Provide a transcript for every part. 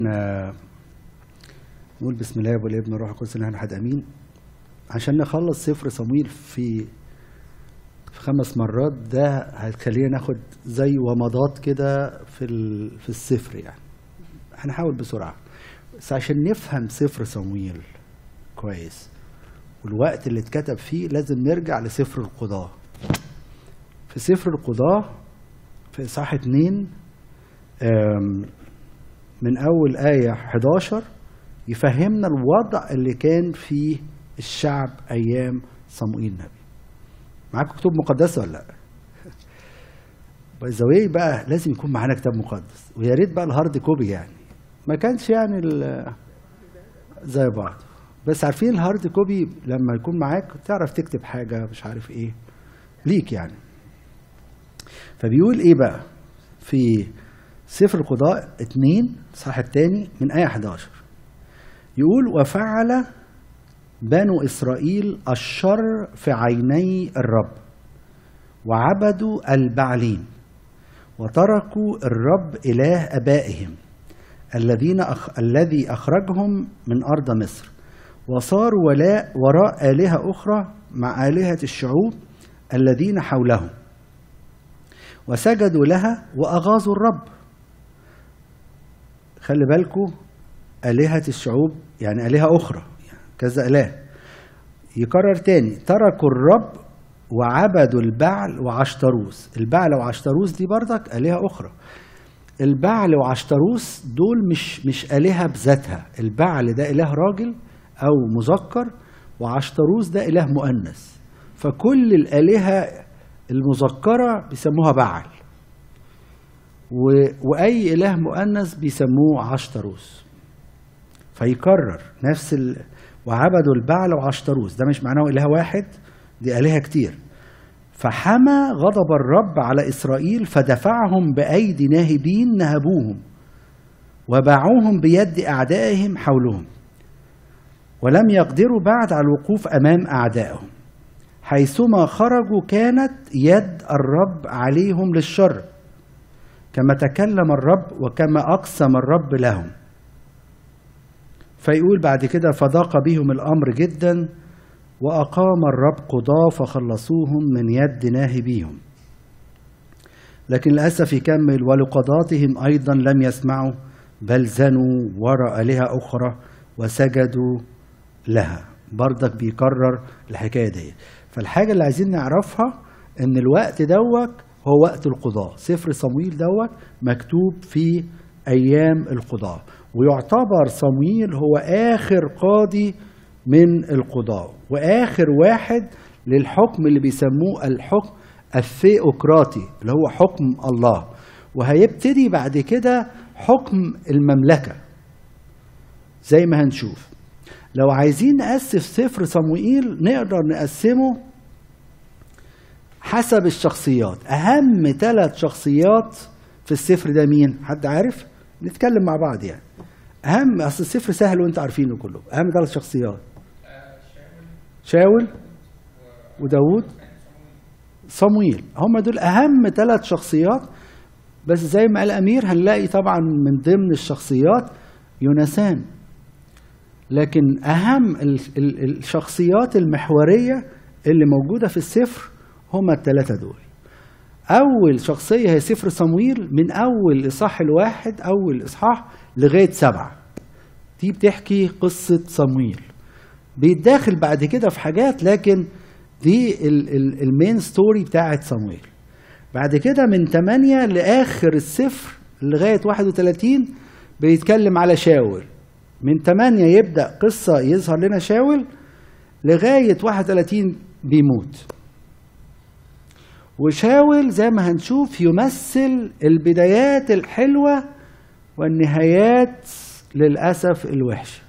نقول بسم الله والابن والروح القدس الاله الاحد امين. عشان نخلص سفر صمويل في 5 مرات، ده هتخلينا ناخد زي ومضات كده في السفر. يعني هنحاول بسرعه، بس عشان نفهم سفر صمويل كويس والوقت اللي اتكتب فيه لازم نرجع لسفر القضاة. في سفر القضاة في إصحاح 2 من أول آية 11 يفهمنا الوضع اللي كان فيه الشعب أيام صموئيل النبي. معاكم كتب مقدسة ولا لأ؟ باي بقى لازم يكون معانا كتاب مقدس، ويا ريت بقى الهارد كوبي، يعني ما كانش يعني زي بعض. بس عارفين الهارد كوبي لما يكون معاك تعرف تكتب حاجة مش عارف ايه ليك يعني. فبيقول ايه بقى في سفر القضاء 2 صح الثاني من آية 11، يقول: وفعل بنو إسرائيل الشر في عيني الرب وعبدوا البعلين وتركوا الرب إله آبائهم الذي أخرجهم من أرض مصر، وصاروا وراء آلهة أخرى مع آلهة الشعوب الذين حولهم وسجدوا لها وأغاظوا الرب. خلي بالكم، آلهة الشعوب يعني آلهة أخرى، يعني كذا إله. يكرر تاني: تركوا الرب وعبدوا البعل وعشتروس. البعل وعشتروس دي بردك آلهة أخرى. البعل وعشتروس دول مش آلهة بذاتها. البعل ده إله راجل أو مذكر، وعشتروس ده إله مؤنث. فكل الآلهة المذكرة بيسموها بعل، وأي إله مؤنث بيسموه عشتروس. فيكرر نفس وعبدوا البعل وعشتروس. ده مش معناه إله واحد، دي آلهة كتير. فحمى غضب الرب على إسرائيل فدفعهم بأيدي ناهبين نهبوهم وباعوهم بيد أعدائهم حولهم، ولم يقدروا بعد على الوقوف أمام أعدائهم. حيثما خرجوا كانت يد الرب عليهم للشر، كما تكلم الرب وكما أقسم الرب لهم. فيقول بعد كده: فضاق بهم الأمر جدا وأقام الرب قضاة فخلصوهم من يد ناهبيهم. لكن للأسف يكمل: ولقضاتهم أيضا لم يسمعوا، بل زنوا وراء آلهة أخرى وسجدوا لها. بردك بيكرر الحكاية دي. فالحاجة اللي عايزين نعرفها إن الوقت دوت هو وقت القضاء. سفر صمويل دوت مكتوب في أيام القضاء، ويعتبر صمويل هو آخر قاضي من القضاء وآخر واحد للحكم اللي بيسموه الحكم الثيوقراطي، اللي هو حكم الله. وهيبتدي بعد كده حكم المملكة زي ما هنشوف. لو عايزين نقسم سفر صموئيل نقدر نقسمه حسب الشخصيات. أهم 3 شخصيات في السفر ده مين؟ حد عارف؟ نتكلم مع بعض يعني. أهم، أصل السفر سهل وأنت عارفينه كله. أهم 3 شخصيات: شاول وداود صمويل. هم دول أهم 3 شخصيات. بس زي ما قال أمير هنلاقي طبعا من ضمن الشخصيات يوناثان. لكن أهم الشخصيات المحورية اللي موجودة في السفر هما ال3 دول. أول شخصية هي سفر صمويل من أول إصحاح 1 أول إصحاح لغاية 7. دي بتحكي قصة صمويل. بيتداخل بعد كده في حاجات، لكن دي المين ستوري بتاعت صمويل. بعد كده من 8 لآخر السفر لغاية 31 بيتكلم على شاول. من 8 يبدأ قصة يظهر لنا شاول لغاية 31 بيموت. وشاول زي ما هنشوف يمثل البدايات الحلوة والنهايات للأسف الوحشة.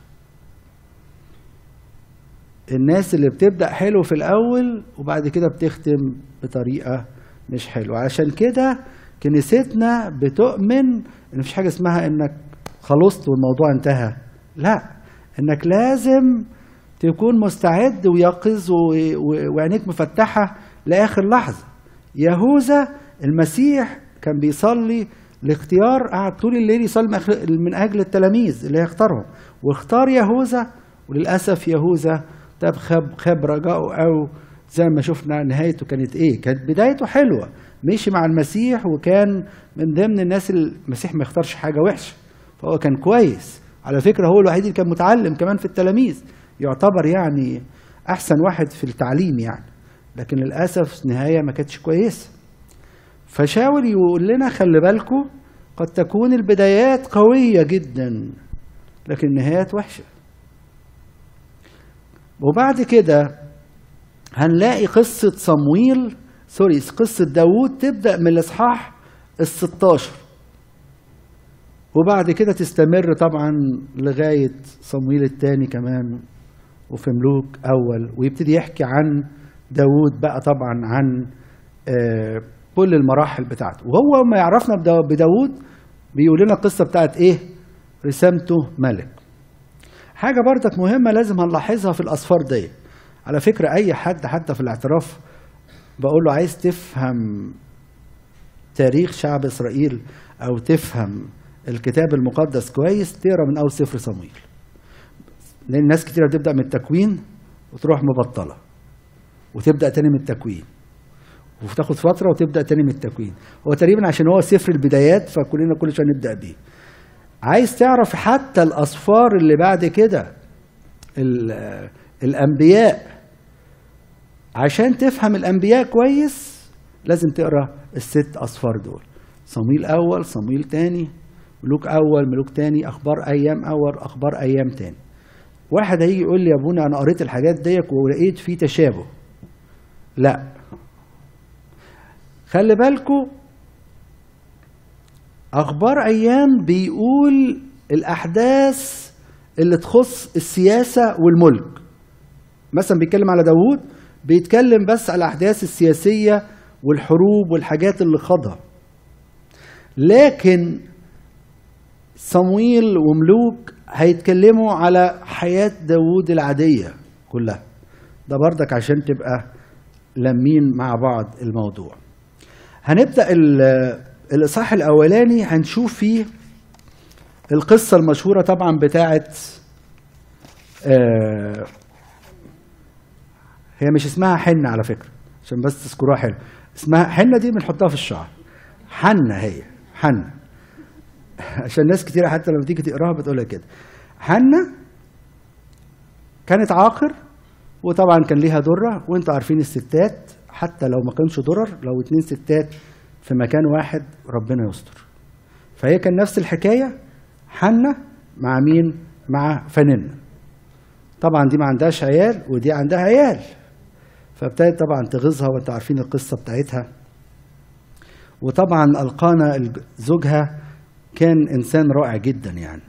الناس اللي بتبدأ حلو في الأول وبعد كده بتختم بطريقة مش حلوة. عشان كده كنيستنا بتؤمن إن مفيش حاجة اسمها إنك خلصت والموضوع انتهى. لا، إنك لازم تكون مستعد ويقظ وعينيك مفتحة لآخر لحظة. يهوذا المسيح كان بيصلي الاختيار قعد طول الليل يصلي من أجل التلاميذ اللي هيختارهم، واختار يهوذا، وللأسف يهوذا طب خاب رجاؤه، أو زي ما شفنا نهايته كانت إيه؟ كانت بدايته حلوة، مشي مع المسيح وكان من ضمن الناس اللي المسيح ما يختارش حاجة وحشة، فهو كان كويس. على فكرة هو الوحيد اللي كان متعلم كمان في التلاميذ، يعتبر يعني أحسن واحد في التعليم يعني، لكن للأسف النهاية ما كانتش كويسة. فشاول يقول لنا خلي بالكم، قد تكون البدايات قوية جدا لكن النهايات وحشة. وبعد كده هنلاقي قصة قصة داوود تبدأ من الإصحاح ال16، وبعد كده تستمر طبعا لغاية صمويل الثاني كمان، وفي ملوك أول، ويبتدي يحكي عن داوود بقى طبعا عن كل المراحل بتاعته. وهو ما يعرفنا بداوود بيقول لنا القصة بتاعت إيه؟ رسامته ملك. حاجة برضك مهمة لازم هنلاحظها في الأسفار دي. على فكرة أي حد حتى في الاعتراف بقول له عايز تفهم تاريخ شعب إسرائيل أو تفهم الكتاب المقدس كويس، تقرا من أول سفر صمويل، لأن ناس كتيرة بتبدأ من التكوين وتروح مبطلة وتبدأ تاني من التكوين، وتاخد فترة وتبدأ تاني من التكوين. هو تقريبا عشان هو سفر البدايات فكلنا كل شوية نبدأ بيه. عايز تعرف حتى الأسفار اللي بعد كده الأنبياء، عشان تفهم الأنبياء كويس لازم تقرأ ال6 أسفار دول: صمويل أول، صمويل تاني، ملوك أول، ملوك تاني، أخبار أيام أول، أخبار أيام تاني. واحد هيجي يقول لي يا ابونا أنا قريت الحاجات ديك ولقيت فيه تشابه. لا، خلي بالكوا، أخبار أيام بيقول الأحداث اللي تخص السياسة والملك. مثلا بيتكلم على داوود، بيتكلم بس على الأحداث السياسية والحروب والحاجات اللي خاضها. لكن صمويل وملوك هيتكلموا على حياة داوود العادية كلها. ده بردك عشان تبقى لمين مع بعض الموضوع. هنبدأ الإصحاح الأولاني، هنشوف فيه القصة المشهورة طبعا بتاعت هي مش اسمها حنة على فكرة عشان بس تذكروها حلو، اسمها حنة دي بنحطها في الشعر، حنة هي حنة عشان ناس كتير حتى لما تيجي تقراها بتقولها كده. حنة كانت عاقر، وطبعا كان ليها درة، وانتوا عارفين الستات حتى لو ما كانش درر، لو 2 ستات في مكان واحد ربنا يستر. فهي كان نفس الحكاية، حنة مع مين؟ مع فننة. طبعا دي ما عندهاش عيال ودي عندها عيال، فابتدت طبعا تغيظها، وانتوا عارفين القصة بتاعتها. وطبعا القانا زوجها كان انسان رائع جدا يعني.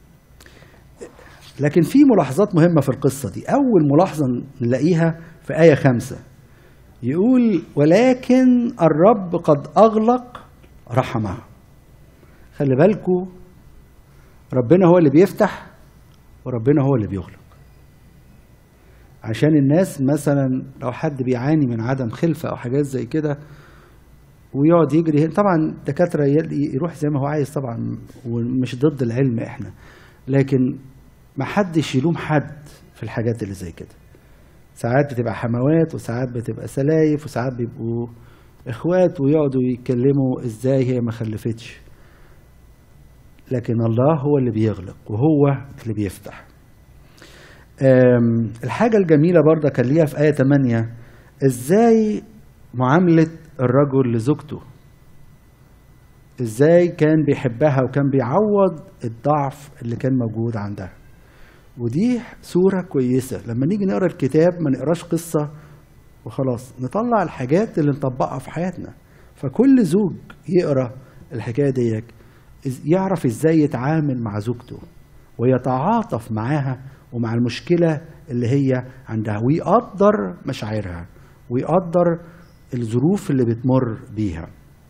لكن في ملاحظات مهمة في القصة دي. اول ملاحظة نلاقيها في آية 5 يقول ولكن الرب قد أغلق رحمها. خلي بالكوا، ربنا هو اللي بيفتح وربنا هو اللي بيغلق. عشان الناس مثلا لو حد بيعاني من عدم خلفة أو حاجات زي كده ويقعد يجري، طبعا الدكاترة يروح زي ما هو عايز طبعا، ومش ضد العلم احنا، لكن ما حدش يلوم حد في الحاجات اللي زي كده. ساعات بتبقى حموات، وساعات بتبقى سلايف، وساعات بيبقوا اخوات ويقعدوا يتكلموا ازاي هي ما خلفتش. لكن الله هو اللي بيغلق وهو اللي بيفتح. الحاجة الجميلة برضه كان ليها في آية 8 ازاي معاملة الرجل لزوجته، ازاي كان بيحبها وكان بيعوض الضعف اللي كان موجود عندها. ودي صورة كويسة لما نيجي نقرأ الكتاب، ما نقراش قصة وخلاص، نطلع الحاجات اللي نطبقها في حياتنا. فكل زوج يقرأ الحكاية دي يعرف ازاي يتعامل مع زوجته ويتعاطف معاها ومع المشكلة اللي هي عندها، ويقدر مشاعرها ويقدر الظروف اللي بتمر بيها.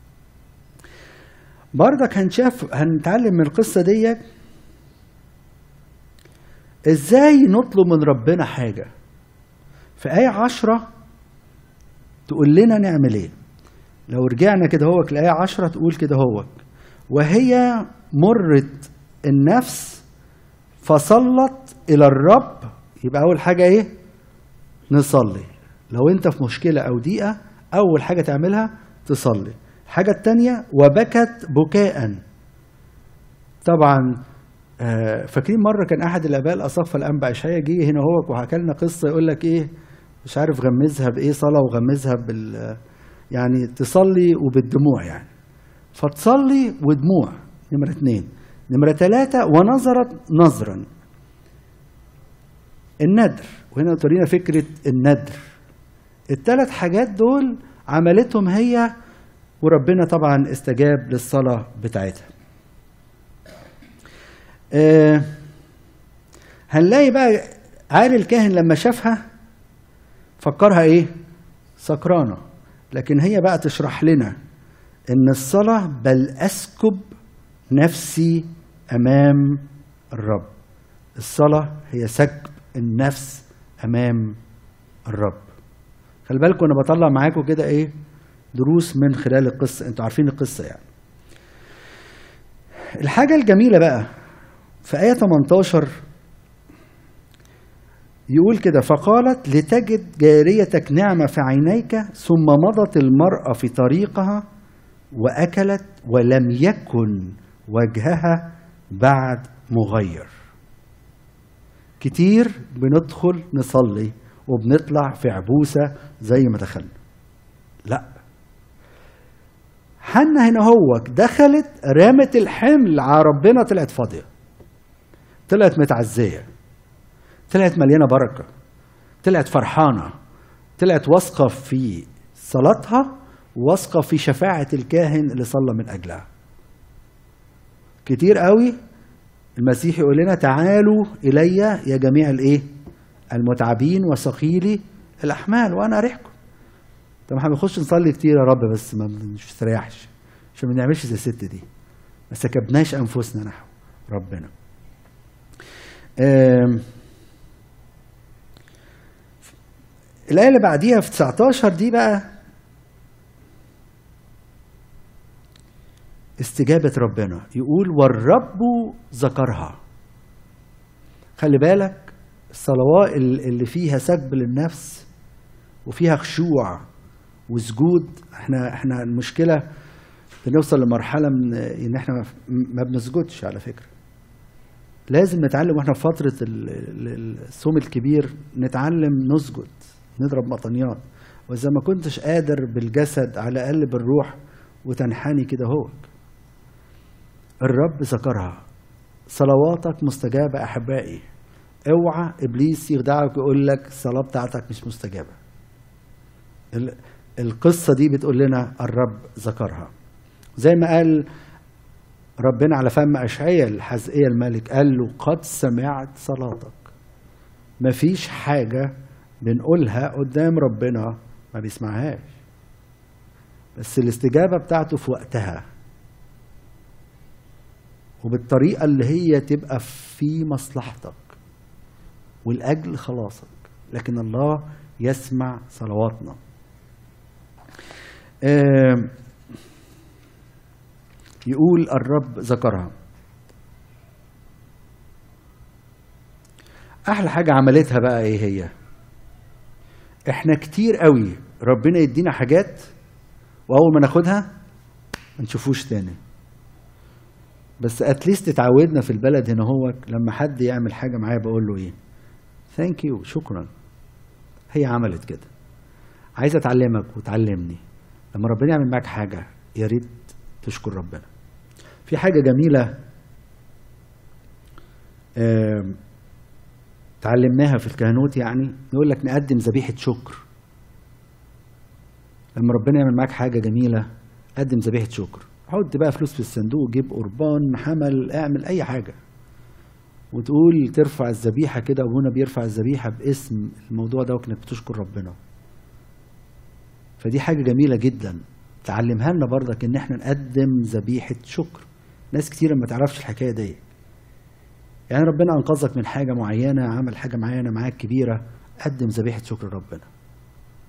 برضك هنتعلم من القصة دي ازاي نطلب من ربنا حاجة. في آية 10 تقول لنا نعمل ايه. لو رجعنا كده هوك لآية 10 تقول كده هوك وهي مرة النفس فصلت إلى الرب. يبقى أول حاجة إيه؟ نصلي. لو أنت في مشكلة أو ضيقة أول حاجة تعملها تصلي. الحاجة التانية وبكت بكاء. طبعا فاكرين مرة كان أحد الآباء الأصفة الأنبا إشعيا جه هنا هو وحكى لنا قصة يقول لك إيه مش عارف غمزها بإيه صلاة وغمزها يعني تصلي وبالدموع يعني. فتصلي ودموع نمرة 2. نمرة 3 ونظرت نظرا. الندر، وهنا تورينا فكرة الندر. ال3 حاجات دول عملتهم هي، وربنا طبعا استجاب للصلاة بتاعتها. هنلاقي بقى عالي الكاهن لما شافها فكرها ايه؟ سكرانة. لكن هي بقى تشرح لنا ان الصلاة بل اسكب نفسي امام الرب. الصلاة هي سكب النفس امام الرب. خلي بالكم انا بطلع معاكم كده ايه دروس من خلال القصة، انتوا عارفين القصة يعني. الحاجة الجميلة بقى في آية 18 يقول كده فقالت لتجد جاريتك نعمة في عينيك. ثم مضت المرأة في طريقها وأكلت ولم يكن وجهها بعد مغير. كتير بندخل نصلي وبنطلع في عبوسة زي ما دخلنا. لا، حنا هنا هو دخلت رامت الحمل على ربنا، طلعت فاضية، طلعت متعزية، طلعت مليانة بركة، طلعت فرحانة، طلعت واثقة في صلاتها، واثقة في شفاعة الكاهن اللي صلى من أجلها. كتير قوي المسيح يقول لنا تعالوا إلي يا جميع الإيه؟ المتعبين وثقيلي الأحمال وأنا أريحكم. طب احنا بنخش نصلي كتير يا رب بس ما بنستريحش عشان ما نعملش زي الست دي، ما سكبناش أنفسنا نحو ربنا. الآية اللي بعديها في 19 دي بقى استجابة ربنا. يقول والرب ذكرها. خلي بالك الصلوات اللي فيها سكب للنفس وفيها خشوع وسجود. احنا المشكلة بنوصل لمرحلة من ان احنا ما بنسجدش. على فكرة لازم نتعلم واحنا في فترة الصوم الكبير نتعلم نسجد، نضرب مطنيات. واذا ما كنتش قادر بالجسد على الاقل بالروح وتنحني كده هو. الرب ذكرها. صلواتك مستجابة احبائي. اوعى ابليس يخدعك ويقول لك الصلاة بتاعتك مش مستجابة. القصة دي بتقول لنا الرب ذكرها. زي ما قال ربنا على فم أشعيا الحزقية الملك، قال له قد سمعت صلاتك. مفيش حاجة بنقولها قدام ربنا ما بيسمعهاش، بس الاستجابة بتاعته في وقتها وبالطريقة اللي هي تبقى في مصلحتك والأجل خلاصك. لكن الله يسمع صلواتنا. يقول الرب ذكرها. أحلى حاجة عملتها بقى إيه هي؟ إحنا كتير قوي ربنا يدينا حاجات وأول ما ناخدها ما نشوفوش تاني. بس اتليست اتعودنا في البلد هنا هو لما حد يعمل حاجة معايا بقول له إيه؟ ثانك يو، شكرا. هي عملت كده. عايز أتعلمك وتعلمني. لما ربنا يعمل معاك حاجة يا ريت تشكر ربنا. في حاجة جميلة تعلمناها في الكهنوت، يعني يقول لك نقدم ذبيحة شكر. لما ربنا يعمل معاك حاجة جميلة قدم ذبيحة شكر. حط بقى فلوس في الصندوق، جيب قربان، حمل، اعمل أي حاجة وتقول ترفع الذبيحة كده. وهنا بيرفع الذبيحة باسم الموضوع ده وكأنك بتشكر ربنا. فدي حاجة جميلة جدا تعلمها لنا برضك ان احنا نقدم ذبيحة شكر. ناس كتير ما تعرفش الحكاية دي. يعني ربنا انقذك من حاجة معينة، عمل حاجة معينة معاك كبيرة، قدم ذبيحة شكر ربنا.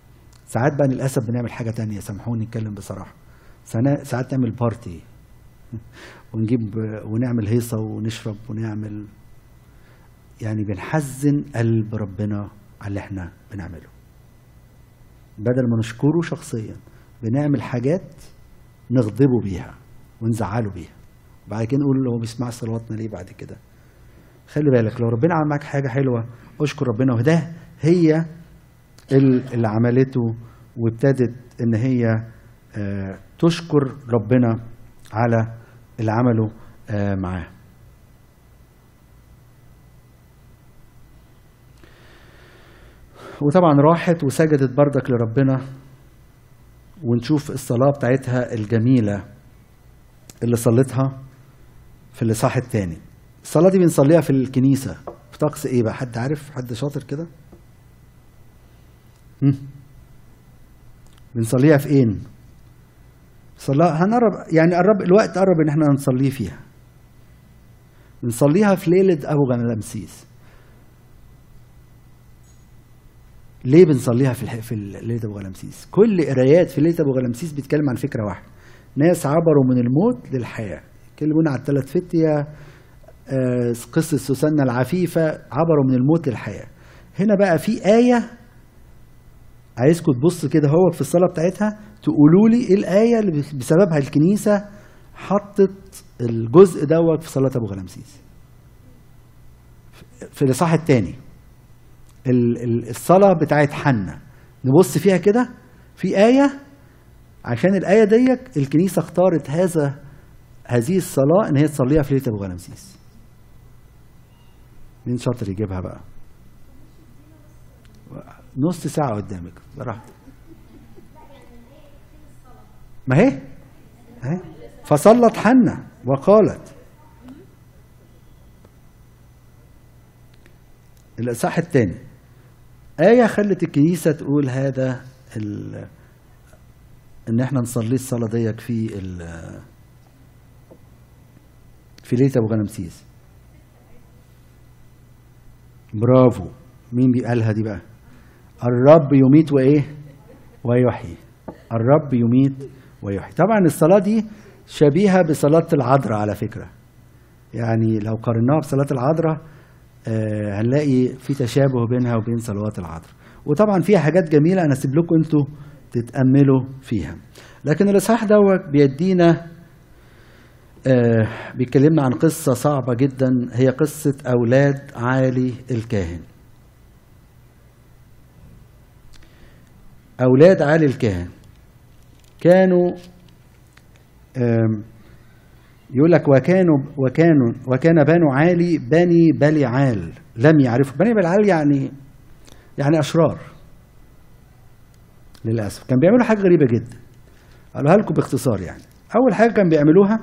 ساعات بقى للأسف بنعمل حاجة تانية، سامحوني نتكلم بصراحة. ساعات تعمل بارتي ونجيب ونعمل هيصة ونشرب ونعمل، يعني بنحزن قلب ربنا على اللي احنا بنعمله. بدل ما نشكره شخصيا بنعمل حاجات نغضبه بيها ونزعله بيها، وبعد كده نقول له ما بيسمعش صلواتنا ليه بعد كده. خلي بالك، لو ربنا عمل معاك حاجة حلوة اشكر ربنا، وده هي اللي عملته وابتدت ان هي تشكر ربنا على اللي عمله معاه. وطبعا راحت وسجدت بردك لربنا، ونشوف الصلاة بتاعتها الجميلة اللي صلتها في الإصحاح الثاني. الصلاة دي بنصليها في الكنيسة في طقس ايه بقى؟ حد عارف؟ حد شاطر كده؟ بنصليها في ايه؟ صلاة هنقرب، يعني قرب الوقت، قرب ان احنا نصليه فيها. بنصليها في ليلة ابو غلامسيس. ليه بنصليها في ليلة ابو غلامسيس؟ كل قرايات في ليلة ابو غلامسيس بيتكلم عن فكرة واحدة، ناس عبروا من الموت للحياة. يكلمونا على الثلاث فتية، قصة سوسنة العفيفة، عبروا من الموت للحياة. هنا بقى في آية عايزكم تبص كده هو في الصلاة بتاعتها تقولوا لي ايه الآية اللي بسببها الكنيسة حطت الجزء دوت في صلاة ابو غلامسيس. في الإصحاح الثاني الصلاة بتاعت حنة، نبص فيها كده في آية، عشان الآية ديت الكنيسة اختارت هذه الصلاة ان هي تصليها في ليلة ابو غلامسيس. مين شاطر يجيبها بقى؟ نص ساعة قدامك براحتك. ما هي فصلت حنة وقالت. الإصحاح الثاني آية خلت الكنيسة تقول هذا إن إحنا نصلي الصلاة ديك في ليلة أبو غلامسيس. برافو. مين بيقالها دي بقى؟ الرب يميت وإيه؟ ويحيي. الرب يميت ويحيي. طبعا الصلاة دي شبيهة بصلاة العذراء على فكرة، يعني لو قارناها بصلاة العذراء هنلاقي في تشابه بينها وبين صلوات العذراء، وطبعا فيها حاجات جميلة أنا أسيب لكم أنتوا تتأملوا فيها. لكن الإصحاح دوت بيدينا بيكلمنا عن قصة صعبة جدا، هي قصة أولاد عالي الكاهن. أولاد عالي الكاهن كانوا يقول لك وكان بنو عالي بني بليعال لم يعرفوا. بني بليعال يعني أشرار للأسف. كان بيعملوا حاجة غريبة جدا، قالوها لكم باختصار. يعني أول حاجة كان بيعملوها،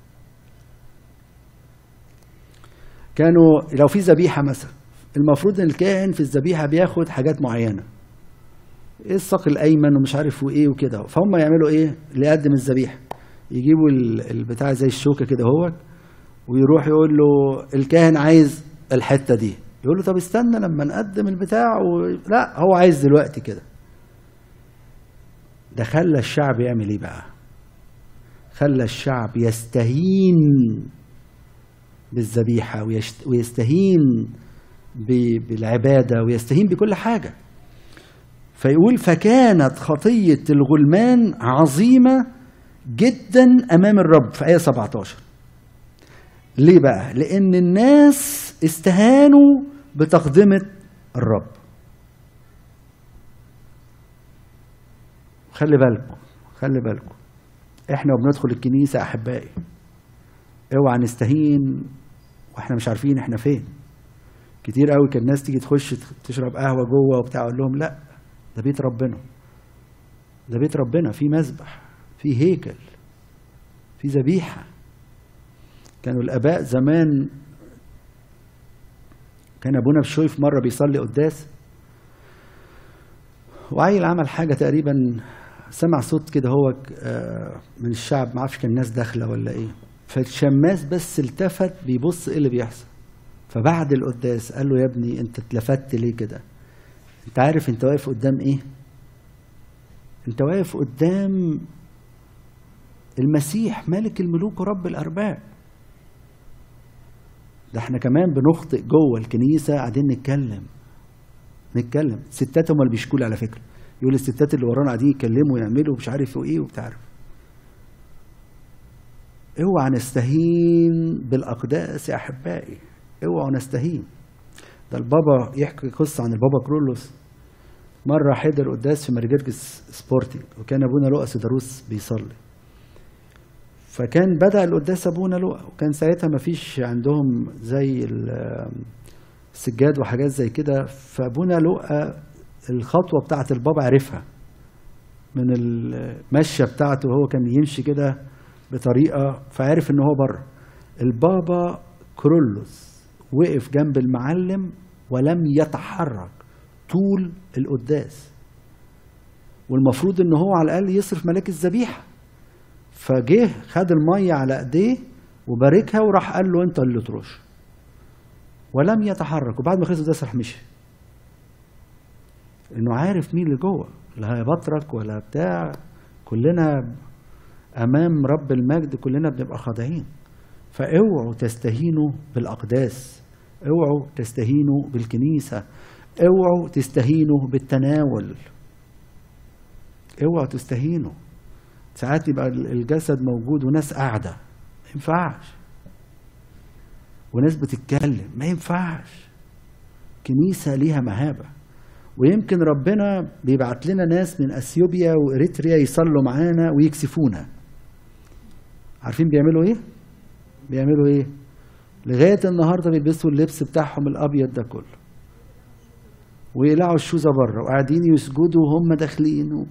كانوا لو في ذبيحة مثلا، المفروض ان الكاهن في الذبيحة بياخد حاجات معينة، ايه الساق الايمن ومش عارف وايه وكده. فهم يعملوا ايه اللي يقدم الذبيحة؟ يجيبوا البتاع زي الشوكة كده هو، ويروح يقول له الكاهن عايز الحتة دي، يقول له طب استنى لما نقدم البتاع لا هو عايز دلوقتي كده. ده خلى الشعب يعمل ايه بقى؟ خلى الشعب يستهين بالذبيحة ويستهين بالعبادة ويستهين بكل حاجة. فيقول فكانت خطية الغلمان عظيمة جدا أمام الرب في آية 17. ليه بقى؟ لأن الناس استهانوا بتقدمة الرب. خلي بالكم احنا وبندخل الكنيسة أحبائي اوعى نستهين واحنا مش عارفين احنا فين. كتير قوي كان الناس تيجي تخش تشرب قهوة جوه وبتاع، اقول لهم لا، ده بيت ربنا، ده بيت ربنا، في مذبح، في هيكل، في ذبيحة. كانوا الآباء زمان، كان أبونا بشوي في مرة بيصلي قداس، وعيل عمل حاجة تقريبا، سمع صوت كده هو من الشعب، ما عرفش كان الناس داخلة ولا ايه، فالشماس بس التفت بيبص ايه اللي بيحصل. فبعد القداس قال له يا ابني انت اتلفت ليه كده؟ انت عارف انت واقف قدام ايه؟ انت واقف قدام المسيح ملك الملوك ورب الأرباب. ده احنا كمان بنخطئ جوه الكنيسة قاعدين نتكلم. ستات هم اللي بيشكوا على فكرة، يقول الستات اللي ورانا قاعدين يتكلموا ويعملوا مش عارف ايه وبتعرف. اوعى نستهين بالأقداس يا أحبائي، اوعوا نستهين. ده البابا يحكي قصة عن البابا كرولوس. مرة حضر قداس في مرجرجس سبورتنج، وكان أبونا لؤى سيداروس بيصلي. فكان بدأ القداس أبونا لؤى، وكان ساعتها مفيش عندهم زي السجاد وحاجات زي كده. فأبونا لؤى الخطوة بتاعة البابا عرفها من المشية بتاعته، وهو كان يمشي كده بطريقة، فعرف إن هو بره. البابا كرولوس وقف جنب المعلم ولم يتحرك طول القداس، والمفروض إن هو على الأقل يصرف ملاك الذبيحة. فجه خد المية على ايديه وباركها وراح قال له انت اللي ترش، ولم يتحرك. وبعد ما خلص القداس راح مشي، انه عارف مين اللي جوه، لا هيبطرك ولا بتاع. كلنا امام رب المجد كلنا بنبقى خاضعين. فاوعوا تستهينوا بالاقداس، اوعوا تستهينوا بالكنيسه، اوعوا تستهينوا بالتناول، اوعوا تستهينوا. ساعات يبقى الجسد موجود وناس قاعدة، ما ينفعش، وناس بتتكلم، ما ينفعش. كنيسة ليها مهابة. ويمكن ربنا بيبعت لنا ناس من أثيوبيا وإريتريا يصلوا معانا ويكسفونا. عارفين بيعملوا إيه؟ بيعملوا إيه؟ لغاية النهاردة بيلبسوا اللبس بتاعهم الأبيض ده كله، ويقلعوا الشوزة بره، وقاعدين يسجدوا وهم داخلين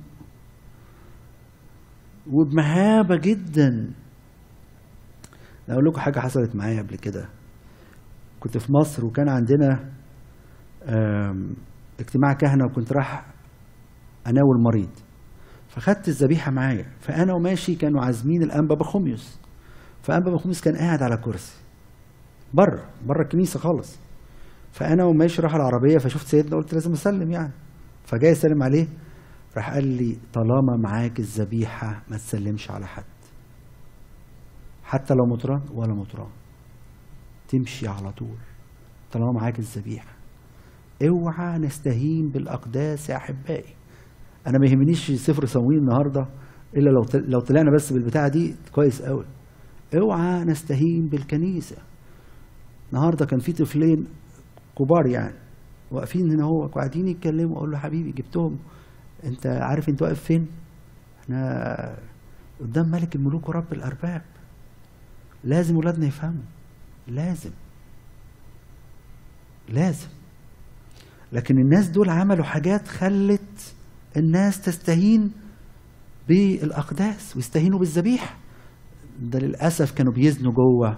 وبمهابة جدا. أقول لكم حاجة حصلت معايا قبل كده. كنت في مصر وكان عندنا اجتماع كهنة، وكنت راح أناول مريض، فخدت الذبيحة معايا. فأنا وماشي كانوا عازمين الأنبا بخوميوس، فأنبا بخوميوس كان قاعد على كرسي بره الكنيسة خالص. فأنا وماشي راح العربية، فشفت سيدنا قلت لازم أسلم يعني، فجاي أسلم عليه. راح قال لي طالما معاك الذبيحة ما تسلمش على حد، حتى لو مطران ولا مطران، تمشي على طول طالما معاك الذبيحة. اوعى نستهين بالأقداس يا أحبائي. أنا ما يهمنيش سفر صموئيل النهاردة إلا لو طلعنا بس بالبتاعة دي كويس قوي. اوعى نستهين بالكنيسة. النهاردة كان في طفلين كبار يعني واقفين هنا، هو قاعدين يتكلموا. أقول له حبيبي جبتهم، انت عارف انت واقف فين؟ احنا قدام ملك الملوك ورب الارباب. لازم ولادنا يفهموا، لازم. لكن الناس دول عملوا حاجات خلت الناس تستهين بالاقداس ويستهينوا بالذبيحه. ده للاسف كانوا بيزنوا جوه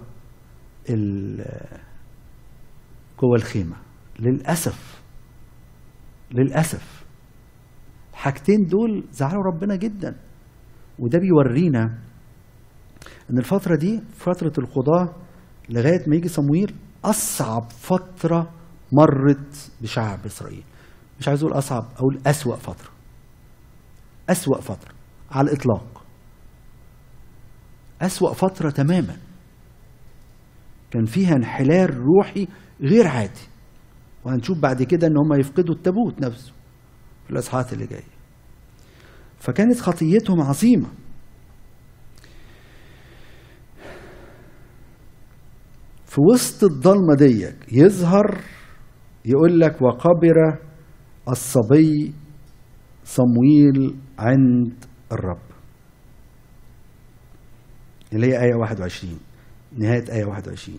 الخيمه. للاسف الحاجتين دول زعلوا ربنا جدا. وده بيورينا ان الفترة دي فترة القضاء لغاية ما يجي صموئيل اصعب فترة مرت بشعب اسرائيل. مش عايز اقول اصعب، اقول اسوأ فترة على الاطلاق. اسوأ فترة تماما. كان فيها انحلال روحي غير عادي، وهنشوف بعد كده ان هم يفقدوا التابوت نفسه في الاصحاحات اللي جايه. فكانت خطيتهم عظيمه. في وسط الضلمه ديك يظهر يقول لك وقبر الصبي صموئيل عند الرب، اللي هي آية 21، نهاية آية 21.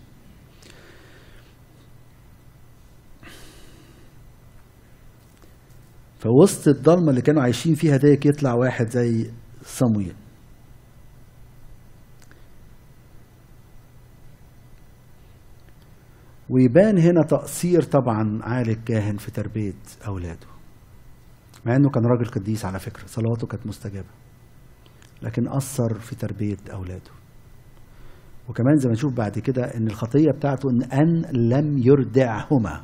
فوسط الضلمة اللي كانوا عايشين فيها ديك يطلع واحد زي صموئيل. ويبان هنا تقصير طبعا عالي الكاهن في تربية أولاده، مع أنه كان راجل قديس على فكرة، صلواته كانت مستجابة، لكن أثر في تربية أولاده. وكمان زي ما نشوف بعد كده أن الخطية بتاعته أن لم يردعهما.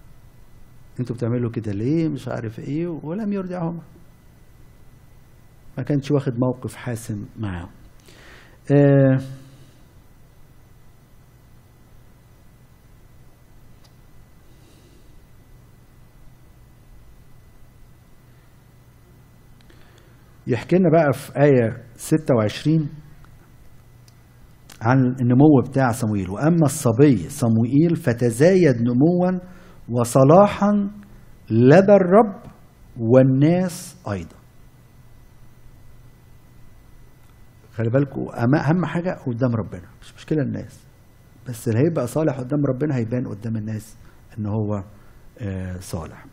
انتوا بتعملوا كده ليه؟ مش عارف ايه، ولم يرضعهما. ما كانش واخد موقف حاسم معاهم. يحكي لنا بقى في آية 26 عن النمو بتاع صموئيل. وأما الصبي صموئيل فتزايد نموا وصلاحا لدى الرب والناس أيضا. خلي بالكم أهم حاجة قدام ربنا، مش مشكلة الناس، بس اللي هيبقى صالح قدام ربنا هيبان قدام الناس إن هو صالح.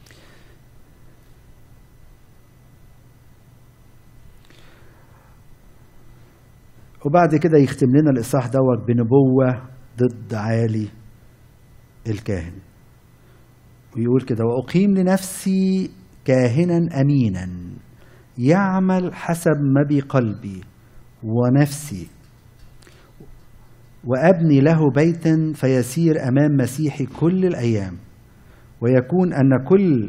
وبعد كده يختم لنا الإصحاح دوت بنبوة ضد عالي الكاهن، ويقول كده: وأقيم لنفسي كاهنا أمينا يعمل حسب ما بقلبي ونفسي، وأبني له بيتا فيسير أمام مسيحي كل الأيام، ويكون أن كل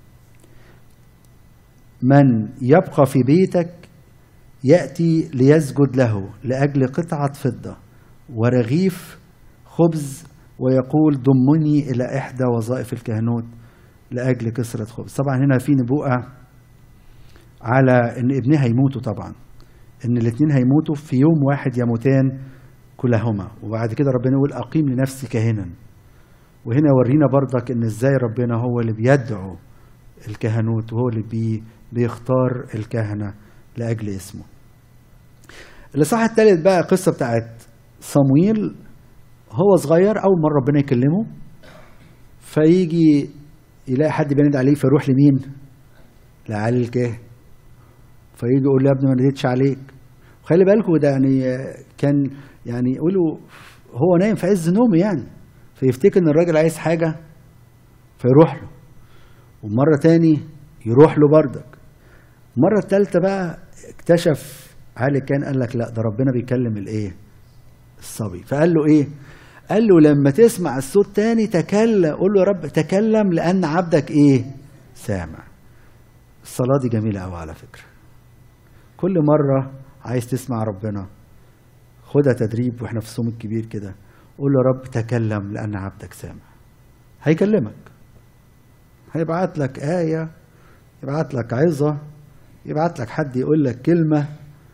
من يبقى في بيتك يأتي ليسجد له لأجل قطعة فضة ورغيف خبز، ويقول: ضمني إلى إحدى وظائف الكهنوت لأجل كسرة خبز. طبعا هنا في نبوءة على إن ابنه هيموتوا، طبعا إن الاثنين هيموتوا في يوم واحد، يموتان كلهما. وبعد كده ربنا يقول: أقيم لنفسي كاهنا. وهنا ورينا برضك إن إزاي ربنا هو اللي بيدعو الكهنوت، وهو اللي بيختار الكهنة لأجل اسمه. الإصحاح الثالث بقى قصة بتاعت صموئيل. هو صغير، أول مرة ربنا يكلمه فيجي يلاقي حد بينادي عليه، فيروح لمين؟ لعلي الكاهن. فيجي يقول له: يا ابني ما ناديتش عليك. وخلي بالكم ده يعني كان يعني يقولوا هو نايم في عز نومه يعني، فيفتكر ان الراجل عايز حاجة فيروح له، ومرة تاني يروح له بردك. المرة الثالثة بقى اكتشف علي كان قال لك: لا، ده ربنا بيكلم الايه؟ الصبي. فقال له ايه؟ قال له: لما تسمع الصوت تاني تكلم، قول له: يا رب تكلم لأن عبدك ايه؟ سامع. الصلاة دي جميلة قوي على فكرة. كل مرة عايز تسمع ربنا خدها تدريب، واحنا في الصوم الكبير كده، قول له: يا رب تكلم لأن عبدك سامع. هيكلمك، هيبعت لك آية، يبعت لك عظة، يبعت لك حد يقول لك كلمة،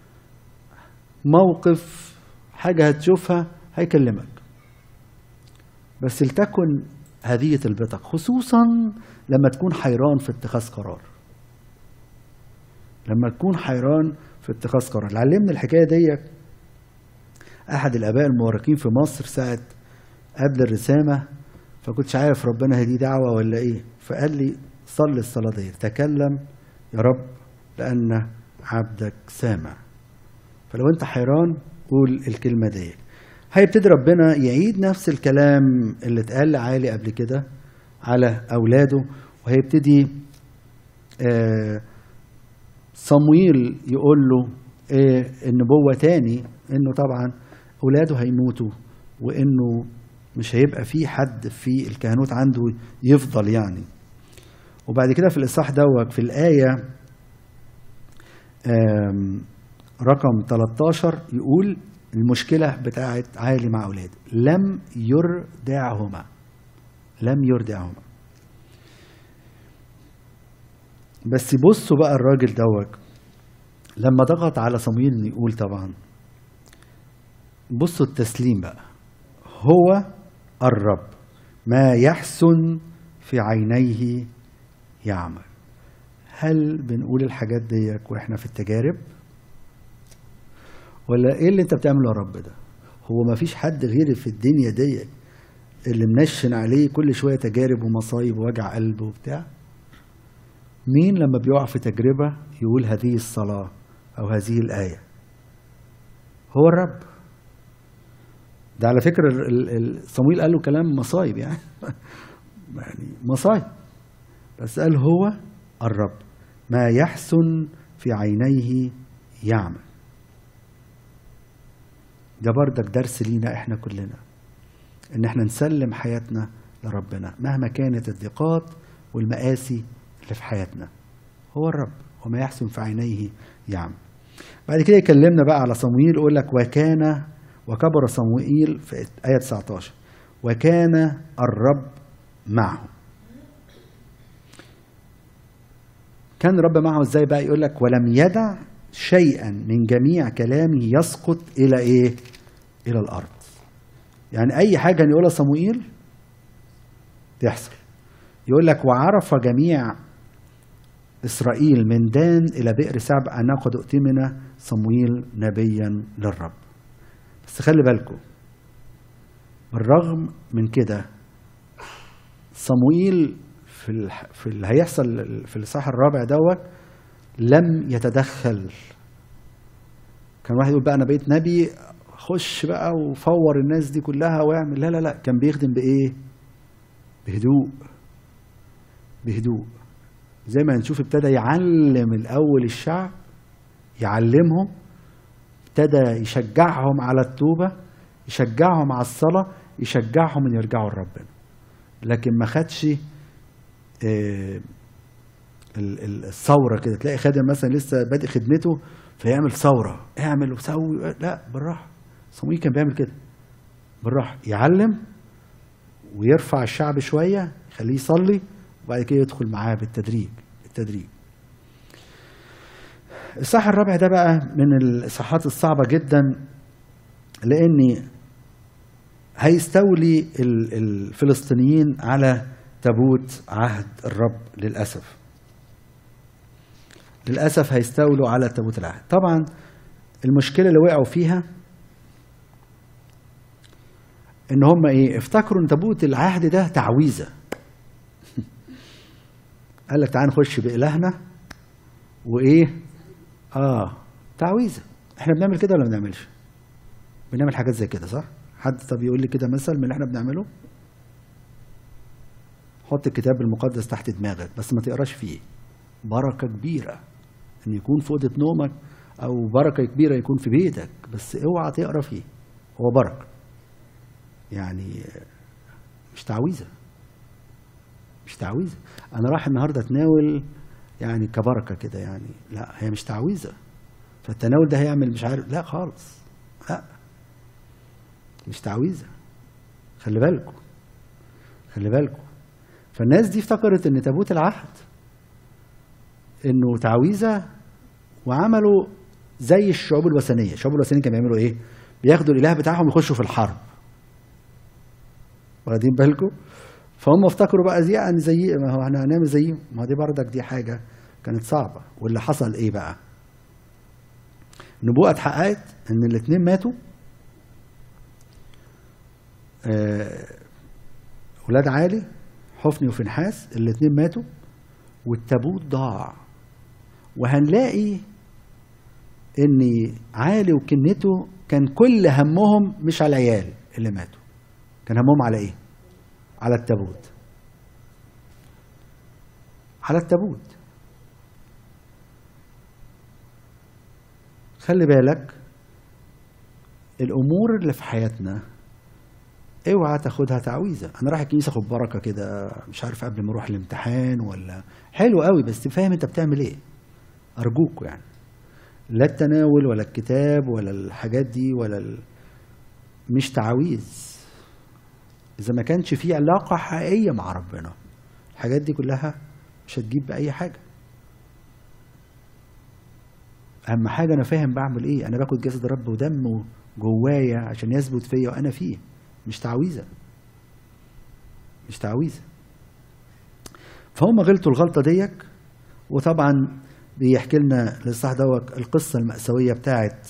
موقف، حاجة هتشوفها، هيكلمك. بس لتكن هدية البطق، خصوصا لما تكون حيران في اتخاذ قرار. لما تكون حيران في اتخاذ قرار. اللي علمني الحكاية دي أحد الآباء المباركين في مصر ساعة قبل الرسامة، فكنتش عارف ربنا هدي دعوة ولا إيه، فقال لي: صلي الصلاة دي، تكلم يا رب لأن عبدك سامع. فلو أنت حيران قول الكلمة دي. هيبتدي ربنا يعيد نفس الكلام اللي اتقال لعالي قبل كده على أولاده، وهيبتدي صموئيل يقول له النبوة تاني، إنه طبعا أولاده هيموتوا، وإنه مش هيبقى في حد في الكهنوت عنده يفضل يعني. وبعد كده في الإصحاح دوت في الآية رقم 13 يقول المشكلة بتاعت عالي مع أولاده: لم يردعهما. لم يردعهما. بس بصوا بقى الراجل دوت لما ضغط على صموئيل يقول طبعا، بصوا التسليم بقى: هو الرب ما يحسن في عينيه يعمل. هل بنقول الحاجات دي واحنا في التجارب؟ ولا ايه اللي انت بتعمله يا رب ده؟ هو ما فيش حد غيري في الدنيا دي اللي منشن عليه كل شوية تجارب ومصايب ووجع قلب وبتاع؟ مين لما بيقع في تجربة يقول هذه الصلاة أو هذه الآية؟ هو الرب. ده على فكرة صموئيل قال له كلام مصايب يعني مصايب، بس قال هو الرب ما يحسن في عينيه يعمل. ده بردك درس لينا احنا كلنا، ان احنا نسلم حياتنا لربنا مهما كانت الضيقات والمآسي اللي في حياتنا. هو الرب، وما يحسن في عينيه يعمل. بعد كده يكلمنا بقى على صموئيل، يقول لك وكبر صموئيل في آية 19 وكان الرب معه. كان الرب معه ازاي بقى؟ يقول لك ولم يدع شيئا من جميع كلامه يسقط الى ايه؟ الى الارض. يعني اي حاجه يقولها صموئيل تحصل. يقول لك وعرف جميع اسرائيل من دان الى بئر سبع انه قد اؤتمن صموئيل نبيا للرب. بس خلي بالكم، بالرغم من كده صموئيل في اللي هيحصل في الإصحاح الرابع دوت لم يتدخل. كان واحد يقول بقى انا بقيت نبي، خش بقى وفور الناس دي كلها واعمل. لا لا لا، كان بيخدم بايه؟ بهدوء. بهدوء. زي ما هنشوف ابتدى يعلم الاول الشعب، يعلمهم، ابتدى يشجعهم على التوبه، يشجعهم على الصلاه، يشجعهم ان يرجعوا لربنا. لكن ما خدش الثوره كده. تلاقي خادم مثلا لسه بادئ خدمته فيعمل ثوره، اعمل وسوي. لا، بالراحه. صموئيل كان بيعمل كده بالراحه، يعلم ويرفع الشعب شويه، يخليه يصلي، وبعد كده يدخل معاه بالتدريج. الإصحاح الرابع ده بقى من الإصحاحات الصعبة جدا، لأن هيستولي الفلسطينيين على تابوت عهد الرب. للأسف هيستولوا على تابوت العهد. طبعا المشكلة اللي وقعوا فيها ان هم ايه؟ افتكروا ان تابوت العهد ده تعويذة. قال لك تعال نخش بإلهنا وايه؟ تعويذة. احنا بنعمل كده ولا ما بنعملش؟ بنعمل حاجات زي كده، صح؟ حد طب يقول لي كده مثل من اللي احنا بنعمله؟ حط الكتاب المقدس تحت دماغك بس ما تقراش فيه. بركة كبيرة ان يكون في اوضه نومك، او بركة كبيرة يكون في بيتك، بس اوعى تقرا فيه. هو بركة، يعني مش تعويذة. مش تعويذة. انا رايح النهارده اتناول يعني كبركة كده، يعني لا، هي مش تعويذة. فالتناول ده هيعمل مش عارف، لا خالص، لا، مش تعويذة. خلي بالكم. فالناس دي افتكرت ان تابوت العهد انه تعويذة، وعملوا زي الشعوب الوثنية. الشعوب الوثنية كانوا بيعملوا ايه؟ بياخدوا الاله بتاعهم يخشوا في الحرب. واخدين بالكم؟ فهم افتكروا بقى يعني زي ما هو احنا هنعمل زيهم. ما دي بردك دي حاجة كانت صعبة. واللي حصل ايه بقى؟ النبوءة اتحققت ان الاثنين ماتوا. ولاد عالي، حفني وفنحاس، الاثنين ماتوا والتابوت ضاع. وهنلاقي ان عالي وكنته كان كل همهم مش على العيال اللي ماتوا، كان همهم على ايه؟ على التابوت. على التابوت. خلي بالك، الامور اللي في حياتنا اوعى تاخدها تعويذه. انا رايح الكنيسه اخد بركه كده، مش عارف قبل ما اروح الامتحان، ولا حلو قوي بس تفهم انت بتعمل ايه. ارجوك يعني، لا التناول ولا الكتاب ولا الحاجات دي مش تعويذ. اذا ما كانش في علاقه حقيقيه مع ربنا، الحاجات دي كلها مش هتجيب باي حاجه. اهم حاجه انا فاهم بعمل ايه. انا باخد جسد الرب ودمه جوايا عشان يثبت فيا وانا فيه. مش تعويذه. فهم غلطوا الغلطه ديك. وطبعا بيحكي لنا الاصحاح دوت القصه المأساويه بتاعت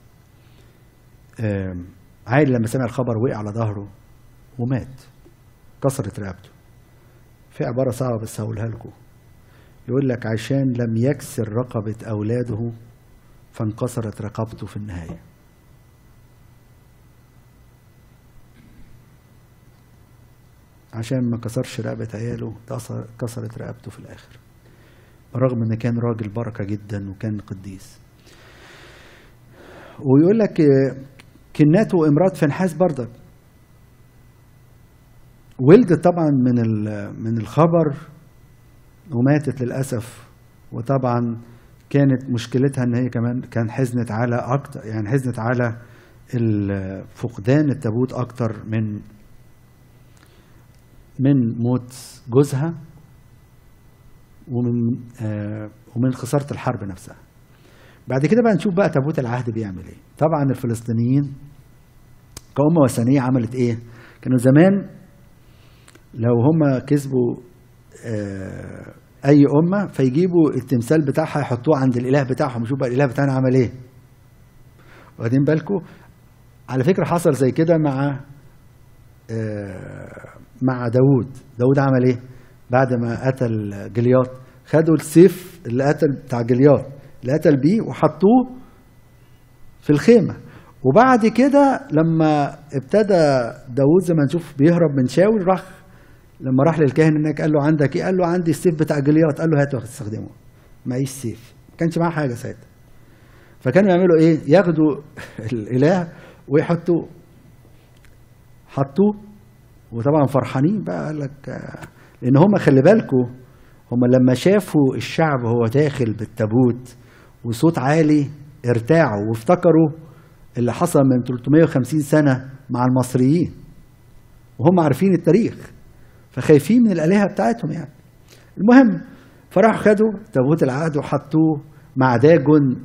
عادل لما سمع الخبر وقع على ظهره ومات، كسرت رقبته. في عباره صعبه بس هقولها لكم. يقول لك عشان لم يكسر رقبه اولاده فانكسرت رقبته في النهايه. عشان ما كسرش رقبه عياله كسرت رقبته في الاخر، رغم ان كان راجل بركه جدا وكان قديس. ويقول لك كناته امراه فنحاس بردك ولدت طبعا من الخبر وماتت للاسف. وطبعا كانت مشكلتها ان هي كمان كان حزنت على اكتر، يعني حزنت على فقدان التابوت اكتر من موت جوزها ومن خسارة الحرب نفسها. بعد كده بقى نشوف بقى تابوت العهد بيعمل ايه. طبعا الفلسطينيين كأمة وثنية عملت ايه؟ كانوا زمان لو هم كسبوا اي امة فيجيبوا التمثال بتاعها يحطوه عند الاله بتاعهم، يشوفوا بقى الاله بتاعنا عمل ايه. واخدين بالكم؟ على فكرة حصل زي كده مع داوود عمل ايه؟ بعد ما قتل جليات خدوا السيف اللي قتل بتاع جليات اللي قتل بيه وحطوه في الخيمة. وبعد كده لما ابتدى داوود زي ما نشوف بيهرب من شاول، لما راح للكاهن هناك قال له عندك ايه؟ قال له عندي السيف بتاع جليات. قال له هات واستخدمه. معيش سيف، ما كانش معاه حاجة ساعتها. فكانوا يعملوا ايه؟ ياخدوا الاله ويحطوه، حطوه وطبعا فرحانين بقى. قال لك لان هم خلي بالكم، هم لما شافوا الشعب هو داخل بالتابوت وصوت عالي ارتاعوا وافتكروا اللي حصل من 350 سنة مع المصريين، وهم عارفين التاريخ فخايفين من الآلهة بتاعتهم يعني. المهم فراحوا خدوا تابوت العهد وحطوه مع داجون